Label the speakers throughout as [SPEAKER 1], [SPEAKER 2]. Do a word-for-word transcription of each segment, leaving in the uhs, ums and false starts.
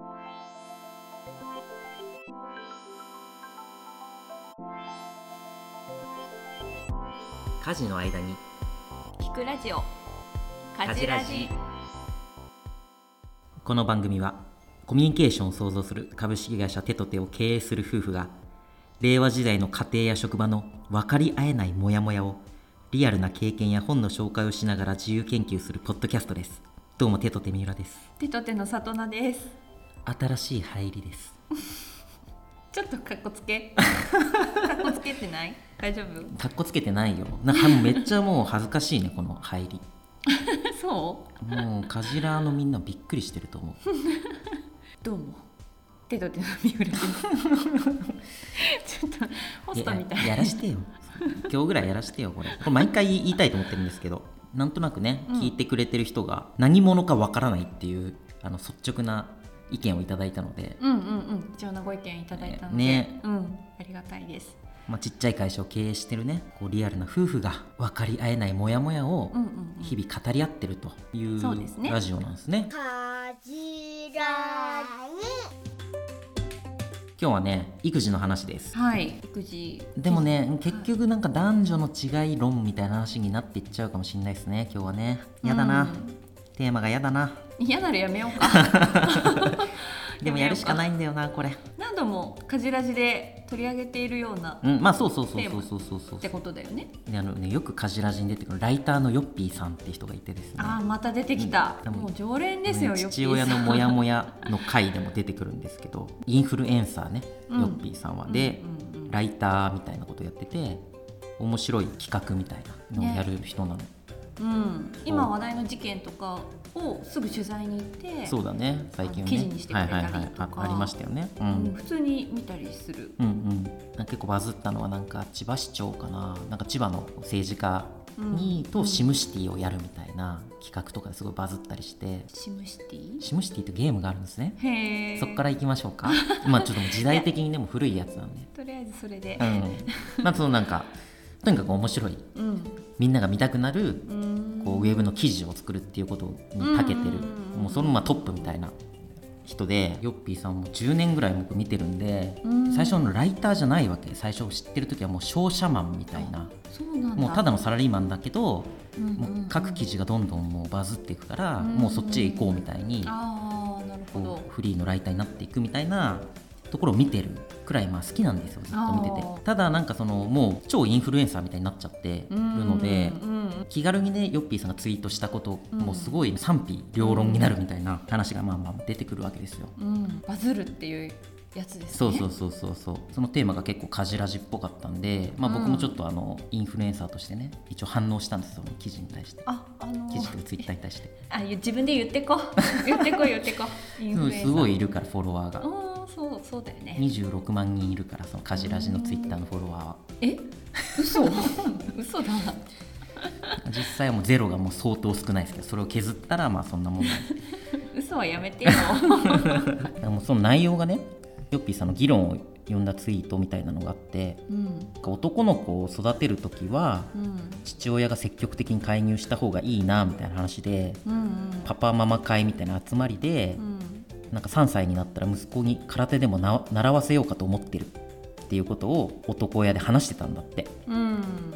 [SPEAKER 1] 家事の間に
[SPEAKER 2] 聞くラジオ
[SPEAKER 1] 家事ラジ。この番組はコミュニケーションを創造する株式会社テトテを経営する夫婦が令和時代の家庭や職場の分かり合えないモヤモヤをリアルな経験や本の紹介をしながら自由研究するポッドキャストです。どうもテトテ三浦です。
[SPEAKER 2] テトテの里奈です。
[SPEAKER 1] 新しい入りです
[SPEAKER 2] ちょっとカッコつけカッコつけてない？大丈夫？
[SPEAKER 1] カッコつけてないよ。なんかめっちゃもう恥ずかしいねこの入り
[SPEAKER 2] そう
[SPEAKER 1] もうカジラのみんなびっくりしてると思う
[SPEAKER 2] どうもテトテの三浦ですちょっとホストみたい
[SPEAKER 1] や, やらしてよ今日ぐらいやらしてよこれこれ毎回言いたいと思ってるんですけど、なんとなくね、うん、聞いてくれてる人が何者かわからないっていうあの率直な意見をいただいたので、
[SPEAKER 2] うんうんうん貴重なご意見いただいたので、
[SPEAKER 1] ね、うん、
[SPEAKER 2] ありがたいです。
[SPEAKER 1] まあ、ちっちゃい会社を経営してるねこうリアルな夫婦が分かり合えないモヤモヤを日々語り合ってるというラジオなんですね。
[SPEAKER 3] カジラに
[SPEAKER 1] 今日はね育児の話です。
[SPEAKER 2] はい、育児
[SPEAKER 1] でもね結局なんか男女の違い論みたいな話になっていっちゃうかもしれないですね今日はね。やだな、うん、テーマがやだな。
[SPEAKER 2] 嫌ならやめようか
[SPEAKER 1] でもやるしかないんだよなこれ。
[SPEAKER 2] 何度もカジラジで取り上げているような、
[SPEAKER 1] うん、まあそうそうそうそうそうそうそう
[SPEAKER 2] ってことだよね。
[SPEAKER 1] であのねよくカジラジに出てくるライターのヨッピーさんって人がいてですね。
[SPEAKER 2] あーまた出てきた、うん、もう常連ですよ、
[SPEAKER 1] ね、
[SPEAKER 2] ヨッピーさん。
[SPEAKER 1] 父親のモヤモヤの回でも出てくるんですけどインフルエンサーね、うん、ヨッピーさんはで、うんうんうん、ライターみたいなことやってて面白い企画みたいなのをやる人なの、ね
[SPEAKER 2] うん、今話題の事件とかをすぐ取材に行って
[SPEAKER 1] そうだね最近ね
[SPEAKER 2] 記事にしてくれたりとか、
[SPEAKER 1] はいはいはい、あ, ありましたよね、うん
[SPEAKER 2] うん、普通に見たりする、
[SPEAKER 1] うんうん、なんか結構バズったのはなんか千葉市長かななんか千葉の政治家に、うん、とシムシティをやるみたいな企画とかですごいバズったりして。
[SPEAKER 2] シムシティ
[SPEAKER 1] シムシティってゲームがあるんですね。
[SPEAKER 2] へー
[SPEAKER 1] そっから行きましょうかまあちょっともう時代的にでも古いやつなんで
[SPEAKER 2] とりあえずそれで、
[SPEAKER 1] うん、まあそのなんかとにかく面白い、うん、みんなが見たくなるこうウェブの記事を作るっていうことに長けてる、もうそのままトップみたいな人で、ヨッピーさんもじゅうねんぐらい僕見てるんで、最初のライターじゃないわけ。最初知ってる時はもう商社マンみたいな、
[SPEAKER 2] そうなんだ、
[SPEAKER 1] もうただのサラリーマンだけど、うんうんうん、もう書く記事がどんどんもうバズっていくから、うんうん、もうそっちへ行こうみたいに、
[SPEAKER 2] あーなるほど、
[SPEAKER 1] フリーのライターになっていくみたいなところを見てるくらいまあ好きなんですよずっと見てて。ただなんかそのもう超インフルエンサーみたいになっちゃってるので、うんうんうん、気軽にねヨッピーさんがツイートしたこともすごい賛否両論になるみたいな話がまあまあ出てくるわけですよ、
[SPEAKER 2] うん、バズるっていうやつですね。
[SPEAKER 1] そうそうそうそうそう。そのテーマが結構カジラジっぽかったんで、まあ、僕もちょっとあのインフルエンサーとしてね一応反応したんですよ、その記事に対して。
[SPEAKER 2] あ、あのー、
[SPEAKER 1] 記事とツイッターに対して
[SPEAKER 2] あ自分で言ってこ言ってこ言ってこインフルエンサー
[SPEAKER 1] すごいいるからフォロワーが。
[SPEAKER 2] あそうそうだよね。
[SPEAKER 1] にじゅうろくまんにんいるからそのカジラジのツイッターのフォロワーは。
[SPEAKER 2] え嘘嘘だ
[SPEAKER 1] 実際はもうゼロがもう相当少ないですけど、それを削ったらまあそんなもんなんです
[SPEAKER 2] 嘘はやめてよ
[SPEAKER 1] もうその内容がねヨッピーさんの議論を読んだツイートみたいなのがあって、うん、男の子を育てるときは、うん、父親が積極的に介入した方がいいなみたいな話で、うんうん、パパママ会みたいな集まりで、うん、なんかさんさいになったら息子に空手でもな習わせようかと思ってるっていうことを男親で話してたんだって、うん、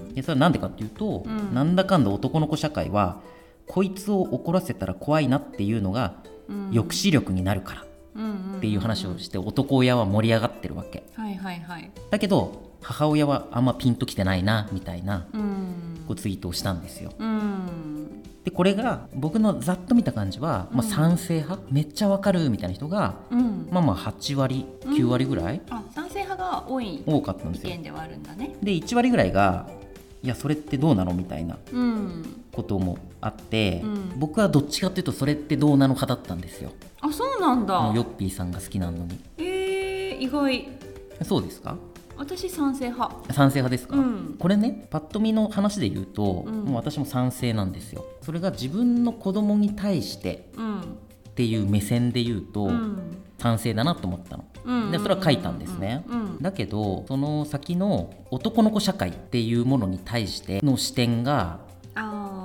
[SPEAKER 1] でそれはなんでかっていうと、うん、なんだかんだ男の子社会はこいつを怒らせたら怖いなっていうのが抑止力になるからっていう話をして男親は盛り上がってるわけ、
[SPEAKER 2] はいはいはい、
[SPEAKER 1] だけど母親はあんまピンときてないなみたいなこうツイートをしたんですよ。うんでこれが僕のざっと見た感じは、まあ、賛成派、うん、めっちゃわかるみたいな人が、うん、まあまあはちわりきゅうわりぐらい、
[SPEAKER 2] うん、あ賛成派が多い
[SPEAKER 1] 多かったんですよ。
[SPEAKER 2] 意見ではあるんだね。
[SPEAKER 1] でいちわりぐらいがいやそれってどうなのみたいなこともあって、うん、僕はどっちかっていうとそれってどうなの派だったんですよ。
[SPEAKER 2] あそうなんだ。
[SPEAKER 1] ヨッピーさんが好きなのに。
[SPEAKER 2] えー、意外。
[SPEAKER 1] そうですか。
[SPEAKER 2] 私賛成派。
[SPEAKER 1] 賛成派ですか、うん、これねパッと見の話で言うと、うん、もう私も賛成なんですよ。それが自分の子供に対してっていう目線で言うと、うん、賛成だなと思ったの、うん、でそれは書いたんですね、うん、だけどその先の男の子社会っていうものに対しての視点が
[SPEAKER 2] あ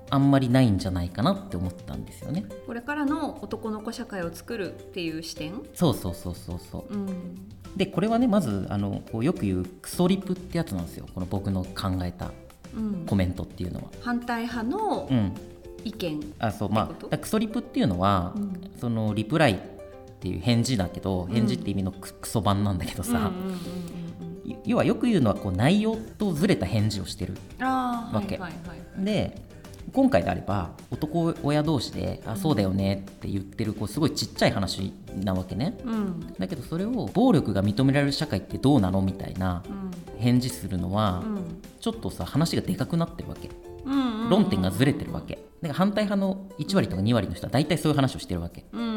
[SPEAKER 1] あんまりないんじゃないかなって思ったんですよね。
[SPEAKER 2] これからの男の子社会を作るっていう視点。
[SPEAKER 1] そうそうそうそうそう、
[SPEAKER 2] うん、
[SPEAKER 1] でこれはねまずあのこうよく言うクソリプってやつなんですよ、この僕の考えたコメントっていうのは、
[SPEAKER 2] うん、反対派の意見、うん、
[SPEAKER 1] あそうまあクソリプっていうのは、うん、そのリプライっていう返事だけど、返事って意味のクソ版なんだけどさ、要はよく言うのはこう内容とずれた返事をしてるわけ、はいはいはいはい、で今回であれば男親同士であそうだよねって言ってるこうすごいちっちゃい話なわけね、うん、だけどそれを暴力が認められる社会ってどうなのみたいな返事するのは、うん、ちょっとさ話がでかくなってるわけ、うんうんうん、論点がずれてるわけだから反対派のいち割とかに割の人は大体そういう話をしてるわけ、うん、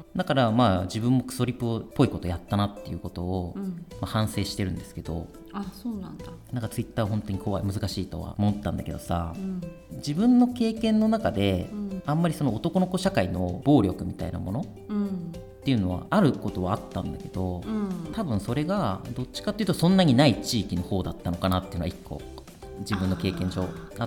[SPEAKER 1] だからまあ自分もクソリプっぽいことやったなっていうことを、うんまあ、反省してるんですけど、
[SPEAKER 2] あそうなんだ、
[SPEAKER 1] なんかツイッター本当に怖い難しいとは思ったんだけどさ、うん、自分の経験の中で、うん、あんまりその男の子社会の暴力みたいなもの、うん、っていうのはあることはあったんだけど、うん、多分それがどっちかっていうとそんなにない地域の方だったのかなっていうのは一個自分の経験上あって、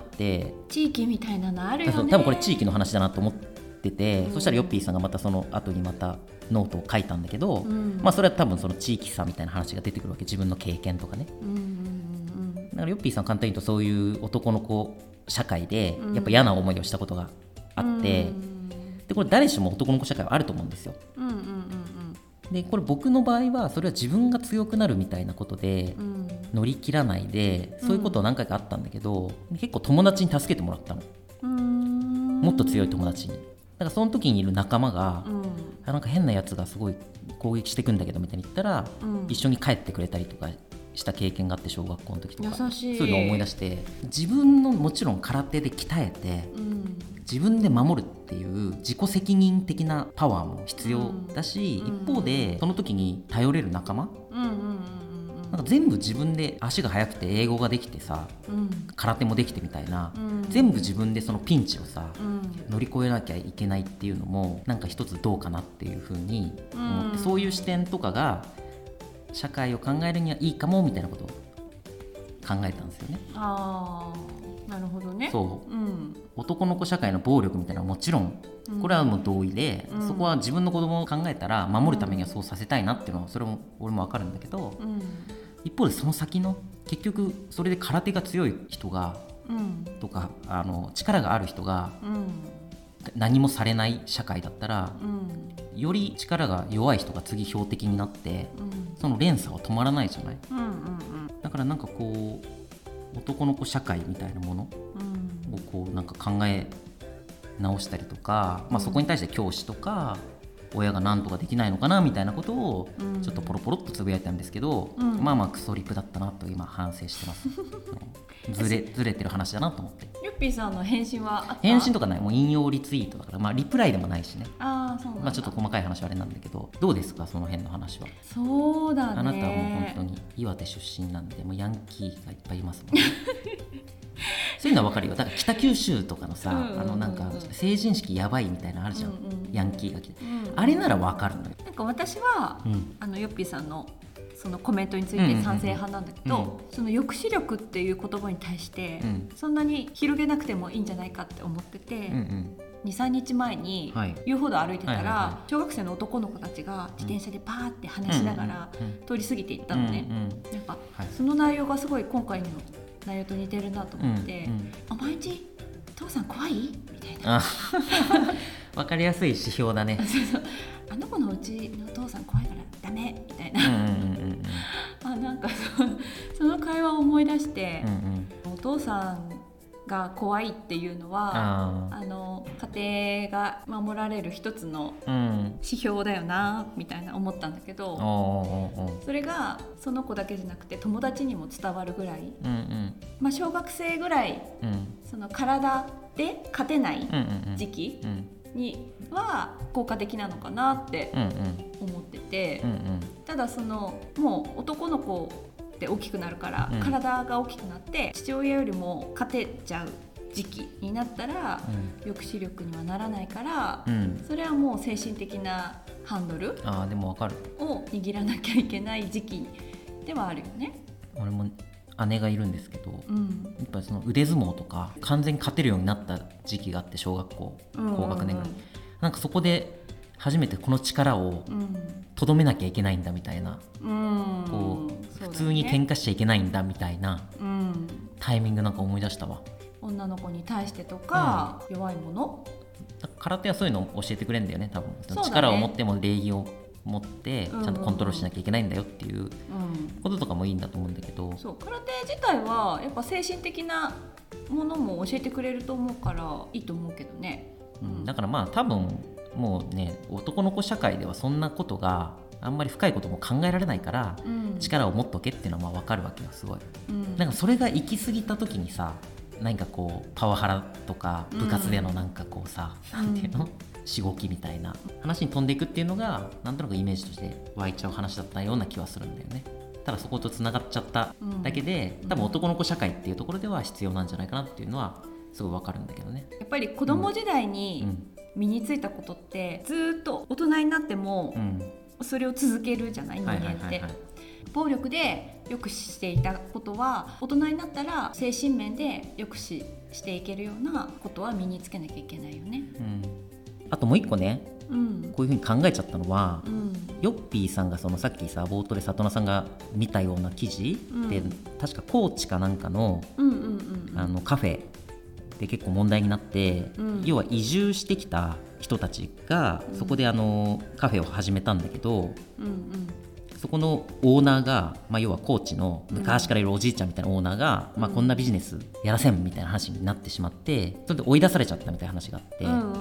[SPEAKER 2] 地域みたいなのあるよね。
[SPEAKER 1] 多分これ地域の話だなと思ってて、うん、そしたらヨッピーさんがまたその後にまたノートを書いたんだけど、うんまあ、それは多分その地域差みたいな話が出てくるわけ、自分の経験とかね、うんうんうん、だからヨッピーさん簡単に言うとそういう男の子社会でやっぱ嫌な思いをしたことがあって、うん、でこれ誰しも男の子社会はあると思うんですよ、うんうんうんうん、でこれ僕の場合はそれは自分が強くなるみたいなことで乗り切らないで、そういうことを何回かあったんだけど、うん、結構友達に助けてもらったの、うん、もっと強い友達に。だからその時にいる仲間が、うん、あなんか変なやつがすごい攻撃してくんだけどみたいに言ったら、うん、一緒に帰ってくれたりとかした経験があって、小学校の時とか
[SPEAKER 2] 優しい、
[SPEAKER 1] そういうのを思い出して、自分のもちろん空手で鍛えて、うん、自分で守るっていう自己責任的なパワーも必要だし、うん、一方でその時に頼れる仲間、うんうんうん、なんか全部自分で足が速くて英語ができてさ、うん、空手もできてみたいな、うん、全部自分でそのピンチをさ、うん、乗り越えなきゃいけないっていうのもなんか一つどうかなっていうふうに思って、うん、そういう視点とかが社会を考えるにはいいかもみたいなことを考えたんですよね。
[SPEAKER 2] あー、なるほどね。
[SPEAKER 1] そう、うん、男の子社会の暴力みたいなのはもちろんこれはもう同意で、うん、そこは自分の子供を考えたら守るためにはそうさせたいなっていうのはそれも俺も分かるんだけど、うん、一方でその先の結局それで空手が強い人が、うん、とかあの力がある人が、うん何もされない社会だったら、うん、より力が弱い人が次標的になって、うん、その連鎖は止まらないじゃない、うんうんうん、だからなんかこう男の子社会みたいなものをこうなんか考え直したりとか、うんまあ、そこに対して教師とか親が何とかできないのかなみたいなことをちょっとポロポロっとつぶやいたんですけど、うん、まあまあクソリプだったなと今反省してますずれずれてる話だなと思って。
[SPEAKER 2] ゆっぴーさんの返信はあった？
[SPEAKER 1] 返信とかない、もう引用リツイートだから、まあ、リプライでもないしね。
[SPEAKER 2] あそうなんだ、
[SPEAKER 1] まあ、ちょっと細かい話はあれなんだけど、どうですかその辺の話は。
[SPEAKER 2] そうだね、
[SPEAKER 1] あなたはもう本当に岩手出身なんでもうヤンキーがいっぱいいますもんねそういうのは分かるよ。だから北九州とかのさ、うんうんうんうん、あのなんか成人式やばいみたいなのあるじゃん、うんうん、ヤンキーが来て、うんうん、あれなら分かるのよ。
[SPEAKER 2] なんか私は、うん、あのヨッピーさんのそのコメントについて賛成派なんだけど、うんうんうん、その抑止力っていう言葉に対して、うん、そんなに広げなくてもいいんじゃないかって思ってて、うんうん、にさんにちまえに遊歩道歩いてたら、はいはいはいはい、小学生の男の子たちが自転車でパーって跳ねしながら通り過ぎていったのね、うんうんうん、やっぱ、はい、その内容がすごい今回の内容と似てるなと思って、うんうん、お前んち父さん怖いみたいな
[SPEAKER 1] 分かりやすい指標だね
[SPEAKER 2] そうそう、あの子のうちの父さん怖いからダメみたいな、うんうんうんうんあなんか そ, その会話を思い出して、うんうん、お父さんが怖いっていうのは あ, あの家庭が守られる一つの指標だよなみたいな思ったんだけど、うん、それがその子だけじゃなくて友達にも伝わるぐらい、うんうんまあ、小学生ぐらい、うん、その体で勝てない時期には効果的なのかなって思ってて、うんうん、ただそのもう男の子で大きくなるから、うん、体が大きくなって父親よりも勝てちゃう時期になったら、うん、抑止力にはならないから、うん、それはもう精神的なハンドルを握らなきゃいけない時期ではあるよね。
[SPEAKER 1] 俺も姉がいるんですけど、
[SPEAKER 2] うん、
[SPEAKER 1] やっぱりその腕相撲とか完全に勝てるようになった時期があって、小学校高学年ぐらい、うんうんうん、なんかそこで初めてこの力をとどめなきゃいけないんだみたいな、うん、こう、普通に喧嘩しちゃいけないんだみたいなタイミングなんか思い出したわ。
[SPEAKER 2] 女の子に対してとか、うん、弱いもの、
[SPEAKER 1] 空手はそういうのを教えてくれるんだよね多分。その力を持っても礼儀を持ってちゃんとコントロールしなきゃいけないんだよっていうこととかもいいんだと思うんだけど、
[SPEAKER 2] うん、そう空手自体はやっぱ精神的なものも教えてくれると思うからいいと思うけどね、
[SPEAKER 1] うん、だからまあ多分もうね、男の子社会ではそんなことがあんまり深いことも考えられないから、うん、力を持っとけっていうのはまあ分かるわけよすごい、うん、なんかそれが行き過ぎた時にさ、何かこうパワハラとか部活でのなんかこうさ、うん、なんていうの、しごきみたいな話に飛んでいくっていうのがなんとなくイメージとして湧いちゃう話だったような気はするんだよね。ただそことつながっちゃっただけで、うん、多分男の子社会っていうところでは必要なんじゃないかなっていうのはすごいわかるんだけどね。
[SPEAKER 2] やっぱり子供時代に身についたことってずっと大人になってもそれを続けるじゃない、人間って、はいはいはいはい、暴力で抑止していたことは大人になったら精神面で抑止していけるようなことは身につけなきゃいけないよね、うん、
[SPEAKER 1] あともう一個ね、うん、こういうふうに考えちゃったのは、うん、ヨッピーさんがそのさっきさ冒頭で里奈さんが見たような記事で、うん、確か高知かなんか の,、うんうんうんうん、あのカフェで結構問題になって、うん、要は移住してきた人たちがそこであのカフェを始めたんだけど、うんうん、そこのオーナーが、まあ、要は高知の昔からいるおじいちゃんみたいなオーナーが、うんまあ、こんなビジネスやらせんみたいな話になってしまって、それで追い出されちゃったみたいな話があって、うんうん、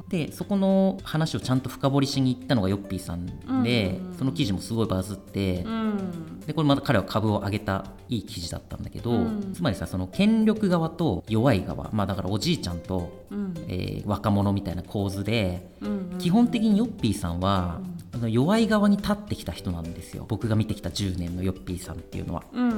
[SPEAKER 1] でそこの話をちゃんと深掘りしに行ったのがヨッピーさんで、うんうん、その記事もすごいバズって、うん、でこれまた彼は株を上げたいい記事だったんだけど、うん、つまりさその権力側と弱い側、まあ、だからおじいちゃんと、うんえー、若者みたいな構図で、うんうん、基本的にヨッピーさんは、うん、あの弱い側に立ってきた人なんですよ。僕が見てきたじゅうねんのヨッピーさんっていうのは、うんうんうん、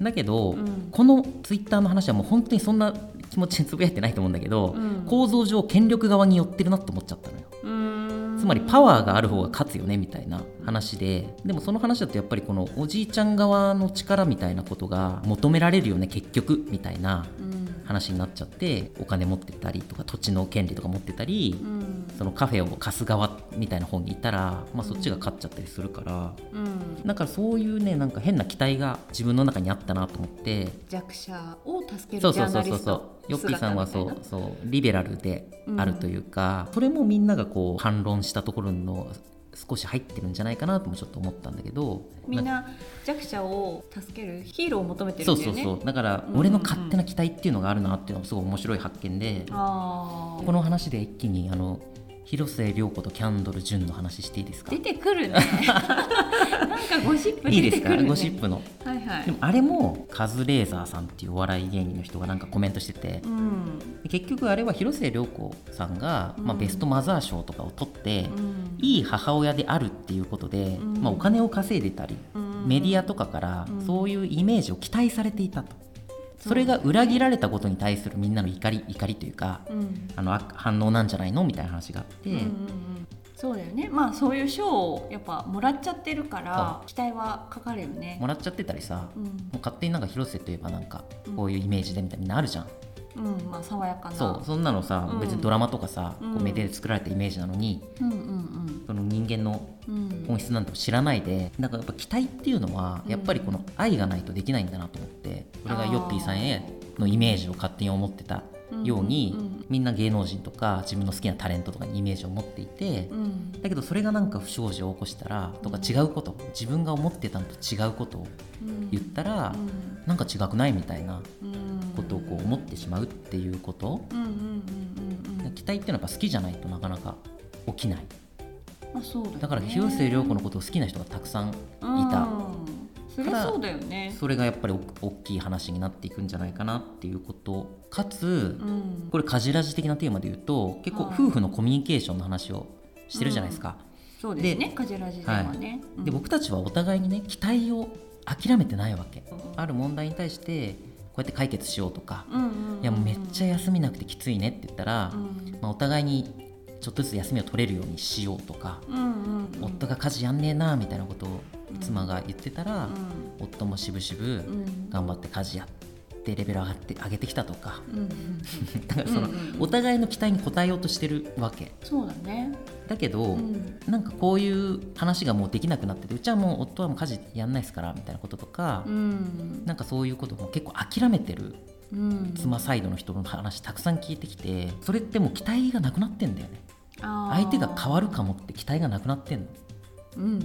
[SPEAKER 1] だけど、うん、このツイッターの話はもう本当にそんな気持ちでつぶやいてないと思うんだけど、うん、構造上権力側に寄ってるなと思っちゃったのよ。つまりパワーがある方が勝つよねみたいな話で、でもその話だとやっぱりこのおじいちゃん側の力みたいなことが求められるよね結局みたいな話になっちゃって、お金持ってたりとか土地の権利とか持ってたり、うん、そのカフェを貸す側みたいな方にいたら、まあ、そっちが勝っちゃったりするから、うん、だからそういうねなんか変な期待が自分の中にあったなと思って、
[SPEAKER 2] 弱者を助けるジャーナリスト
[SPEAKER 1] ヨッピーさんはそうそうリベラルであるというか、うん、それもみんながこう反論したところの少し入ってるんじゃないかなともちょっと思ったんだけど、
[SPEAKER 2] みんな弱者を助けるヒーローを求めてるんだよね。
[SPEAKER 1] そうそうそう、だから俺の勝手な期待っていうのがあるなっていうのがすごい面白い発見で、うんうん、この話で一気にあの広末涼子とキャンドル・ジュンの話していいですか？
[SPEAKER 2] 出てくるねなんかゴシップ出てくるね。いいですかゴシップの、はいはい、でもあれもカズレーザーさんっていうお笑い芸人の人がなんかコメントしてて、うん、結局あれは広末涼子さんが、うんまあ、ベストマザー賞とかを取って、うん、いい母親であるっていうことで、うんまあ、お金を稼いでたり、うん、メディアとかからそういうイメージを期待されていたと、それが裏切られたことに対するみんなの怒り怒りというか、うん、あの反応なんじゃないのみたいな話があって、うんうんうん、そうだよね。まあそういう賞をやっぱもらっちゃってるから期待はかかるよね。
[SPEAKER 1] もらっちゃってたりさ、うん、もう勝手になんか広瀬といえばなんかこういうイメージでみたいなみんなあるじゃん。
[SPEAKER 2] うんまあ、爽やかな
[SPEAKER 1] そうそんなのさ、うん、別にドラマとかさ、うん、こうメディアで作られたイメージなのに、うんうんうん、その人間の本質なんて知らないで、だからやっぱ期待っていうのはやっぱりこの愛がないとできないんだなと思って、それがヨッピーさんへのイメージを勝手に思ってたように、うんうんうん、みんな芸能人とか自分の好きなタレントとかにイメージを持っていて、うん、だけどそれがなんか不祥事を起こしたらとか違うこと、自分が思ってたのと違うことを言ったら、うんうん、なんか違くないみたいなことをこう思ってしまうっていうこと、うんうんうんうん、期待っていうのはやっぱ好きじゃないとなかなか起きない、
[SPEAKER 2] まあそうだね、
[SPEAKER 1] だから広末涼子のことを好きな人がたくさんいた、
[SPEAKER 2] それそうだよね。
[SPEAKER 1] それがやっぱり大きい話になっていくんじゃないかなっていうことかつ、うん、これカジラジ的なテーマで言うと結構夫婦のコミュニケーションの話をしてるじゃないですか、
[SPEAKER 2] うん、そうですね。カジラジではね、
[SPEAKER 1] はい、で僕たちはお互いにね期待を諦めてないわけ、うん、ある問題に対してこうやって解決しようとか、うんうんうんうん、いやもうめっちゃ休みなくてきついねって言ったら、うんまあ、お互いにちょっとずつ休みを取れるようにしようとか、うんうんうん、夫が家事やんねえなみたいなことを妻が言ってたら、うん、夫もしぶしぶ頑張って家事やってレベル上がって上げてきたとか、うん、だからその、うんうん、お互いの期待に応えようとしてるわけ。
[SPEAKER 2] そうだね。
[SPEAKER 1] だけど、うん、なんかこういう話がもうできなくなってて、うちはもう夫はもう家事やんないですからみたいなこととか、うん、なんかそういうことも結構諦めてる、うん、妻サイドの人の話たくさん聞いてきて、それってもう期待がなくなってんだよね。相手が変わるかもって期待がなくなってんの。
[SPEAKER 2] うんうんうん、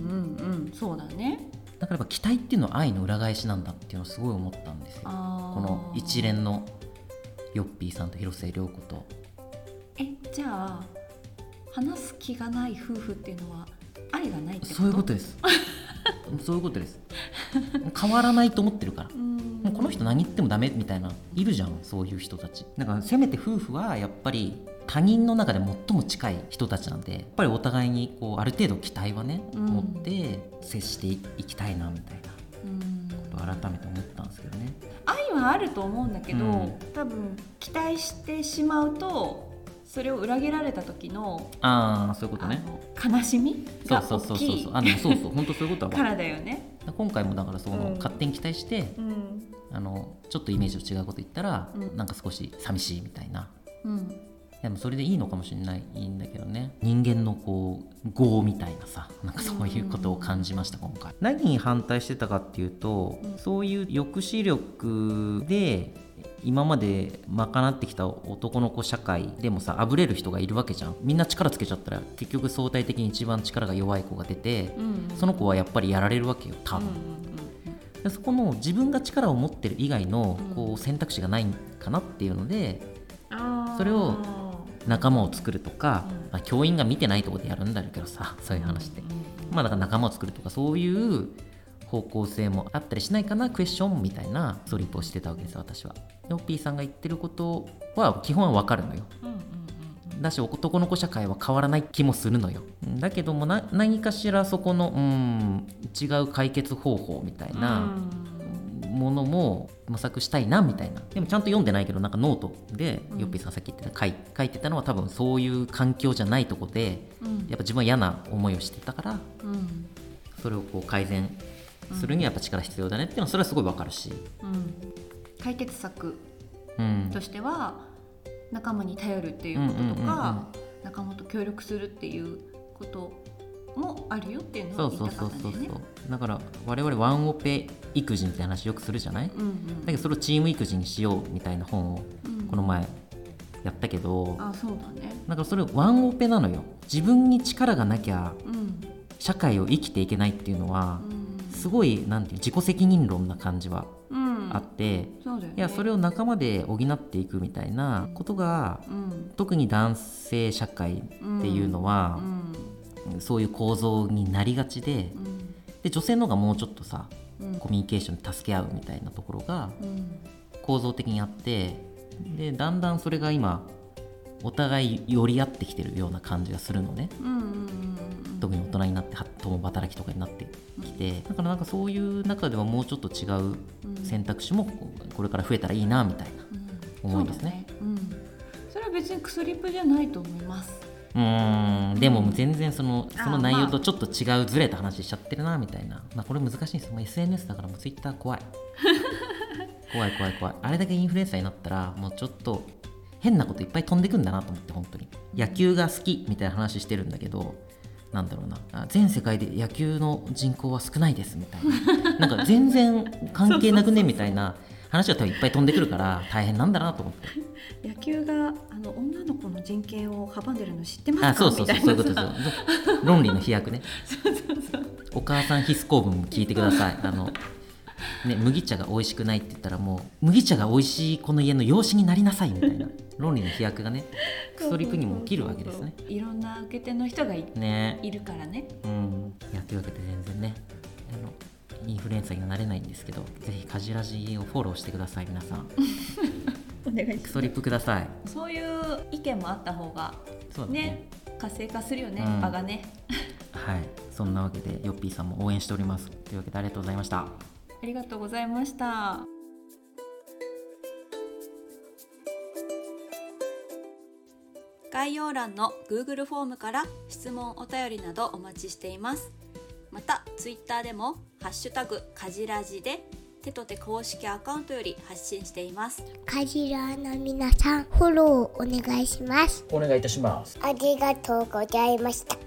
[SPEAKER 2] そうだね。
[SPEAKER 1] だからやっぱ期待っていうのは愛の裏返しなんだっていうのをすごい思ったんですよ。この一連のヨッピーさんと広末涼子と。
[SPEAKER 2] え、じゃあ話す気がない夫婦っていうのは愛がないってこと？
[SPEAKER 1] そういうことですそういうことです。変わらないと思ってるから、もうこの人何言ってもダメみたいないるじゃん、そういう人たち。だからせめて夫婦はやっぱり他人の中で最も近い人たちなんで、やっぱりお互いにこうある程度期待はね、うん、持って接していきたいなみたいなことを改めて思ったんですけどね。
[SPEAKER 2] 愛はあると思うんだけど、うん、多分期待してしまうとそれを裏切られた時の
[SPEAKER 1] ああそういうことね、
[SPEAKER 2] 悲しみが大きい。
[SPEAKER 1] あのそうそう本当そういうことは
[SPEAKER 2] からだよね。
[SPEAKER 1] 今回もだからその、うん、勝手に期待して、うん、あのちょっとイメージと違うこと言ったら、うん、なんか少し寂しいみたいな、うん、でもそれでいいのかもしれないいいんだけどね。人間のこう業みたいなさ、なんかそういうことを感じました今回。何に反対してたかっていうと、うん、そういう抑止力で今まで賄ってきた男の子社会でもさ、あぶれる人がいるわけじゃん。みんな力つけちゃったら結局相対的に一番力が弱い子が出て、うんうん、その子はやっぱりやられるわけよ多分、うんうんうん、でそこの自分が力を持ってる以外のこう選択肢がないかなっていうので、うん、それを仲間を作るとか、うんまあ、教員が見てないところでやるんだけどさ、そういう話って、うんうん、まあだから仲間を作るとかそういう方向性もあったりしないかな、クエスチョンみたいなストリップをしてたわけです私は。ヨッピーさんが言ってることは基本は分かるのよ、うんうんうん、だし男の子社会は変わらない気もするのよ。だけどもな何かしらそこのうん違う解決方法みたいなものも模索したいなみたいな。でもちゃんと読んでないけど、なんかノートでヨッピーさんさっき言ってた書い、書いてたのは多分そういう環境じゃないとこで、うん、やっぱ自分は嫌な思いをしてたから、うん、それをこう改善するにはやっぱ力必要だねっていうのはそれはすごいわかるし、うん、解
[SPEAKER 2] 決策としては仲間に頼るっていうこととか、仲間と協力するっていうこともあるよっていうのを言いたかったんだよね。
[SPEAKER 1] だから我々ワンオペ育児みたいな話よくするじゃない、うんうん、だけどそれをチーム育児にしようみたいな本をこの前やったけど、うん、
[SPEAKER 2] あそうだね。
[SPEAKER 1] だからそれワンオペなのよ。自分に力がなきゃ社会を生きていけないっていうのは、うんすごいなんていう自己責任論な感じはあって、うんそうだよね、いやそれを仲間で補っていくみたいなことが、うん、特に男性社会っていうのは、うん、そういう構造になりがちで、うん、で女性の方がもうちょっとさ、うん、コミュニケーションで助け合うみたいなところが構造的にあって、でだんだんそれが今お互い寄り合ってきてるような感じがするのね、うんうんうん、特に大人になって共働きとかになってきて、うん、だからなんかそういう中ではもうちょっと違う選択肢もこれから増えたらいいなみたいな思いですね、うんうん、
[SPEAKER 2] そ, ねうん、それは別にクソリップじゃないと思います。
[SPEAKER 1] うーんでも全然その、その内容とちょっと違うずれた話しちゃってるなみたいな、まあ、これ難しいんですよ。 エスエヌエス だからもう Twitter 怖い怖い怖い怖い。あれだけインフルエンサーになったらもうちょっと変なこといっぱい飛んでくんだなと思って、本当に野球が好きみたいな話してるんだけど、なんだろうな、全世界で野球の人口は少ないですみたいななんか全然関係なくねみたいな話が多分いっぱい飛んでくるから大変なんだなと思って。
[SPEAKER 2] 野球があの女の子の人権を阻んでるの知ってますか？あ、そうそうそう、
[SPEAKER 1] そういうことですよ。論理の飛躍ねそうそうそう、お母さん必須公文も聞いてください。あのね、麦茶が美味しくないって言ったらもう麦茶が美味しいこの家の養子になりなさいみたいな論理の飛躍がねクソリプにも起きるわけですね。
[SPEAKER 2] いろんな受け手の人が い,、ね、いるからね、
[SPEAKER 1] うん、いやというわけで全然ねあのインフルエンサーにはなれないんですけど、ぜひカジラジをフォローしてください皆さん
[SPEAKER 2] お願いします。
[SPEAKER 1] クソリプください。
[SPEAKER 2] そういう意見もあった方が ね, ね活性化するよね、うん、場がね
[SPEAKER 1] はい、そんなわけでヨッピーさんも応援しております。というわけでありがとうございました。
[SPEAKER 2] ありがとうございました。概要欄の Google フォームから質問お便りなどお待ちしています。 またツイッターでもハッシュタグかじらじで手と手公式アカウントより発信しています。
[SPEAKER 3] かじらの皆さんフォローお願いします。
[SPEAKER 4] お願いいたします。
[SPEAKER 3] ありがとうございました。